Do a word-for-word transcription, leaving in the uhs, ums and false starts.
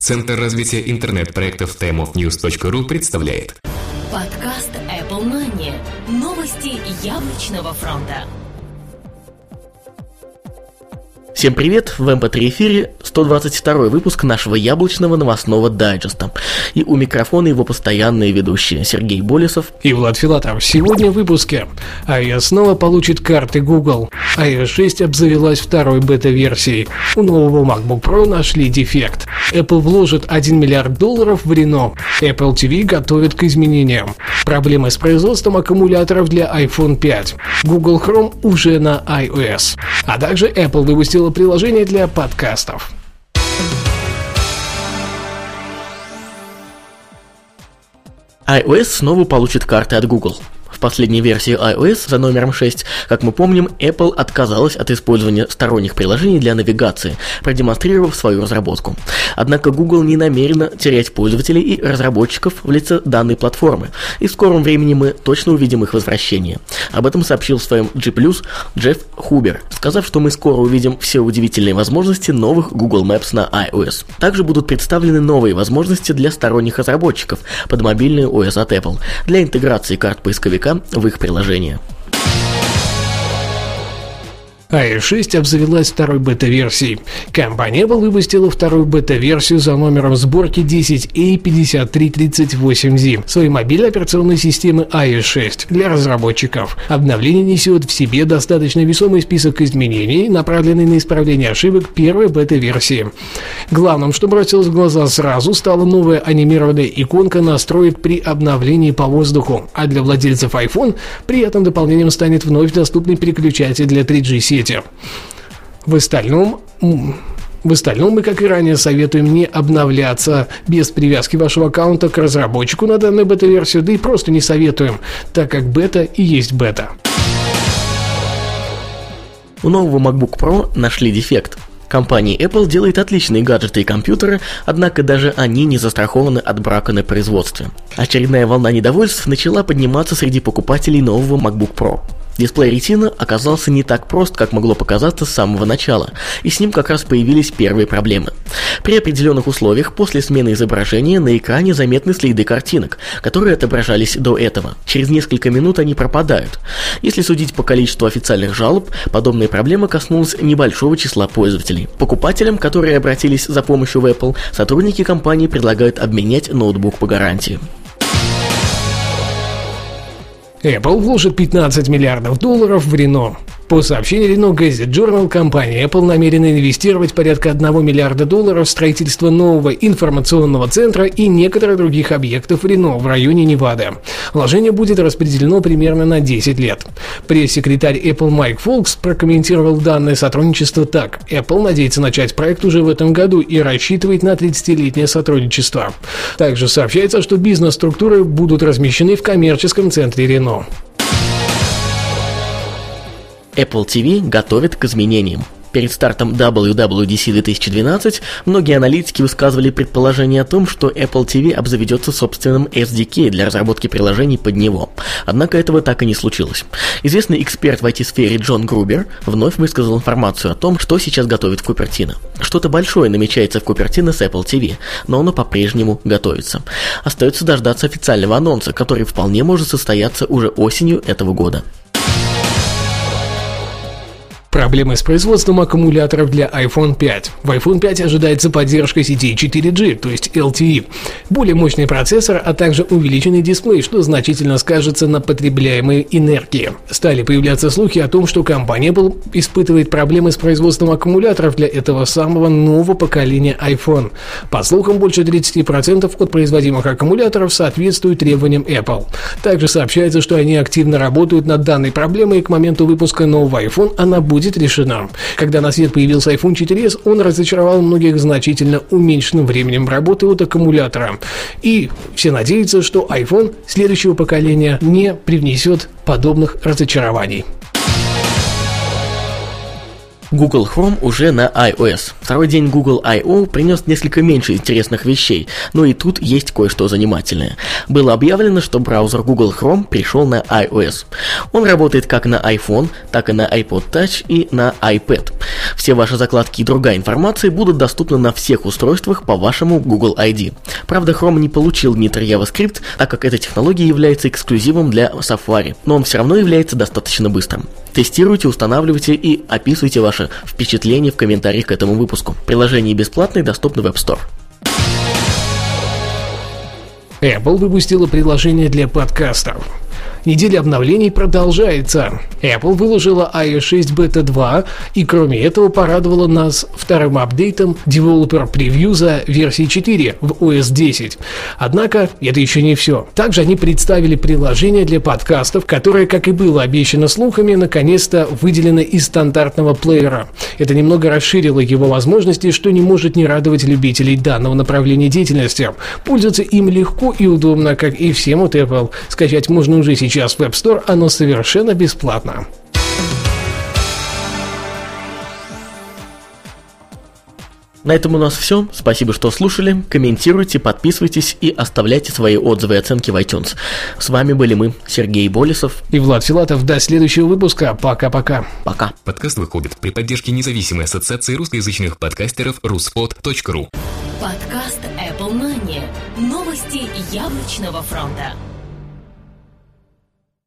Центр развития интернет-проектов тайм оф ньюс точка ру представляет подкаст Apple Money. Новости яблочного фронта. Всем привет! В эм пэ три эфире сто двадцать второй выпуск нашего яблочного новостного дайджеста. И у микрофона его постоянные ведущие Сергей Болесов и Влад Филатов. Сегодня в выпуске. iOS снова получит карты Google. iOS шесть обзавелась второй бета-версией. У нового MacBook Pro нашли дефект. Apple вложит один миллиард долларов в Reno. Apple ти ви готовит к изменениям. Проблемы с производством аккумуляторов для айфон пять. Google Chrome уже на iOS. А также Apple выпустила приложение для подкастов. iOS снова получит карты от Google. В последней версии iOS за номером шесть, как мы помним, Apple отказалась от использования сторонних приложений для навигации, продемонстрировав свою разработку. Однако Google не намерена терять пользователей и разработчиков в лице данной платформы, и в скором времени мы точно увидим их возвращение. Об этом сообщил в своем G плюс Джефф Хубер, сказав, что мы скоро увидим все удивительные возможности новых Google Maps на iOS. Также будут представлены новые возможности для сторонних разработчиков под мобильный о эс от Apple для интеграции карт поисковика в их приложение. iOS шесть обзавелась второй бета-версией. Компания Apple выпустила вторую бета-версию за номером сборки десять эй пятьдесят три тридцать восемь зет своей мобильной операционной системы iOS шесть для разработчиков. Обновление несет в себе достаточно весомый список изменений, направленный на исправление ошибок первой бета-версии. Главным, что бросилось в глаза сразу, стала новая анимированная иконка настроек при обновлении по воздуху, а для владельцев iPhone при этом дополнением станет вновь доступный переключатель для три джи сети. В остальном, в остальном мы, как и ранее, советуем не обновляться без привязки вашего аккаунта к разработчику на данную бета-версию, да и просто не советуем, так как бета и есть бета. У нового MacBook Pro нашли дефект. Компания Apple делает отличные гаджеты и компьютеры, однако даже они не застрахованы от брака на производстве. Очередная волна недовольств начала подниматься среди покупателей нового MacBook Pro. Дисплей Retina оказался не так прост, как могло показаться с самого начала, и с ним как раз появились первые проблемы. При определенных условиях после смены изображения на экране заметны следы картинок, которые отображались до этого. Через несколько минут они пропадают. Если судить по количеству официальных жалоб, подобная проблема коснулась небольшого числа пользователей. Покупателям, которые обратились за помощью в Apple, сотрудники компании предлагают обменять ноутбук по гарантии. Apple вложит пятнадцать миллиардов долларов в Reno. По сообщению Reno Gazette Journal, компания Apple намерена инвестировать порядка одного миллиарда долларов в строительство нового информационного центра и некоторых других объектов Reno в районе Невады. Вложение будет распределено примерно на десять лет. Пресс-секретарь Apple Майк Фолкс прокомментировал данное сотрудничество так: Apple надеется начать проект уже в этом году и рассчитывает на тридцатилетнее сотрудничество. Также сообщается, что бизнес-структуры будут размещены в коммерческом центре Reno. Apple ти ви готовит к изменениям. Перед стартом дабл ю дабл ю ди си две тысячи двенадцать многие аналитики высказывали предположение о том, что Apple ти ви обзаведется собственным эс ди кей для разработки приложений под него. Однако этого так и не случилось. Известный эксперт в ай ти-сфере Джон Грубер вновь высказал информацию о том, что сейчас готовит в Cupertino. Что-то большое намечается в Cupertino с Apple ти ви, но оно по-прежнему готовится. Остается дождаться официального анонса, который вполне может состояться уже осенью этого года. Проблемы с производством аккумуляторов для айфон пять. В айфон пять ожидается поддержка сетей четыре джи, то есть эл ти и, более мощный процессор, а также увеличенный дисплей, что значительно скажется на потребляемой энергии. Стали появляться слухи о том, что компания Apple испытывает проблемы с производством аккумуляторов для этого самого нового поколения iPhone. По слухам, больше тридцать процентов от производимых аккумуляторов соответствуют требованиям Apple. Также сообщается, что они активно работают над данной проблемой, и к моменту выпуска нового iPhone она будет будет решена. Когда на свет появился айфон четыре эс, он разочаровал многих значительно уменьшенным временем работы от аккумулятора. И все надеются, что iPhone следующего поколения не привнесет подобных разочарований. Google Chrome уже на iOS. Второй день Google I O принес несколько меньше интересных вещей, но и тут есть кое-что занимательное. Было объявлено, что браузер Google Chrome перешел на iOS. Он работает как на iPhone, так и на iPod Touch и на iPad. Все ваши закладки и другая информация будут доступны на всех устройствах по вашему Google ай ди. Правда, Chrome не получил нитр JavaScript, так как эта технология является эксклюзивом для Safari, но он все равно является достаточно быстрым. Тестируйте, устанавливайте и описывайте ваши впечатления в комментариях к этому выпуску. Приложение бесплатное, доступно в App Store. Apple выпустила приложение для подкастов. Неделя обновлений продолжается. Apple выложила ай о эс шесть бета два и кроме этого порадовала нас вторым апдейтом Developer Preview за версией четыре в о эс десять. Однако это еще не все. Также они представили приложение для подкастов, которое, как и было обещано слухами, наконец-то выделено из стандартного плеера. Это немного расширило его возможности, что не может не радовать любителей данного направления деятельности. Пользоваться им легко и удобно, как и всем от Apple. Скачать можно уже сейчас. Сейчас в App Store, оно совершенно бесплатно. На этом у нас все. Спасибо, что слушали. Комментируйте, подписывайтесь и оставляйте свои отзывы и оценки в iTunes. С вами были мы, Сергей Болесов и Влад Филатов. До следующего выпуска. Пока-пока. Пока. Подкаст выходит при поддержке независимой ассоциации русскоязычных подкастеров руспод точка ру. Подкаст Apple Money. Новости яблочного фронта.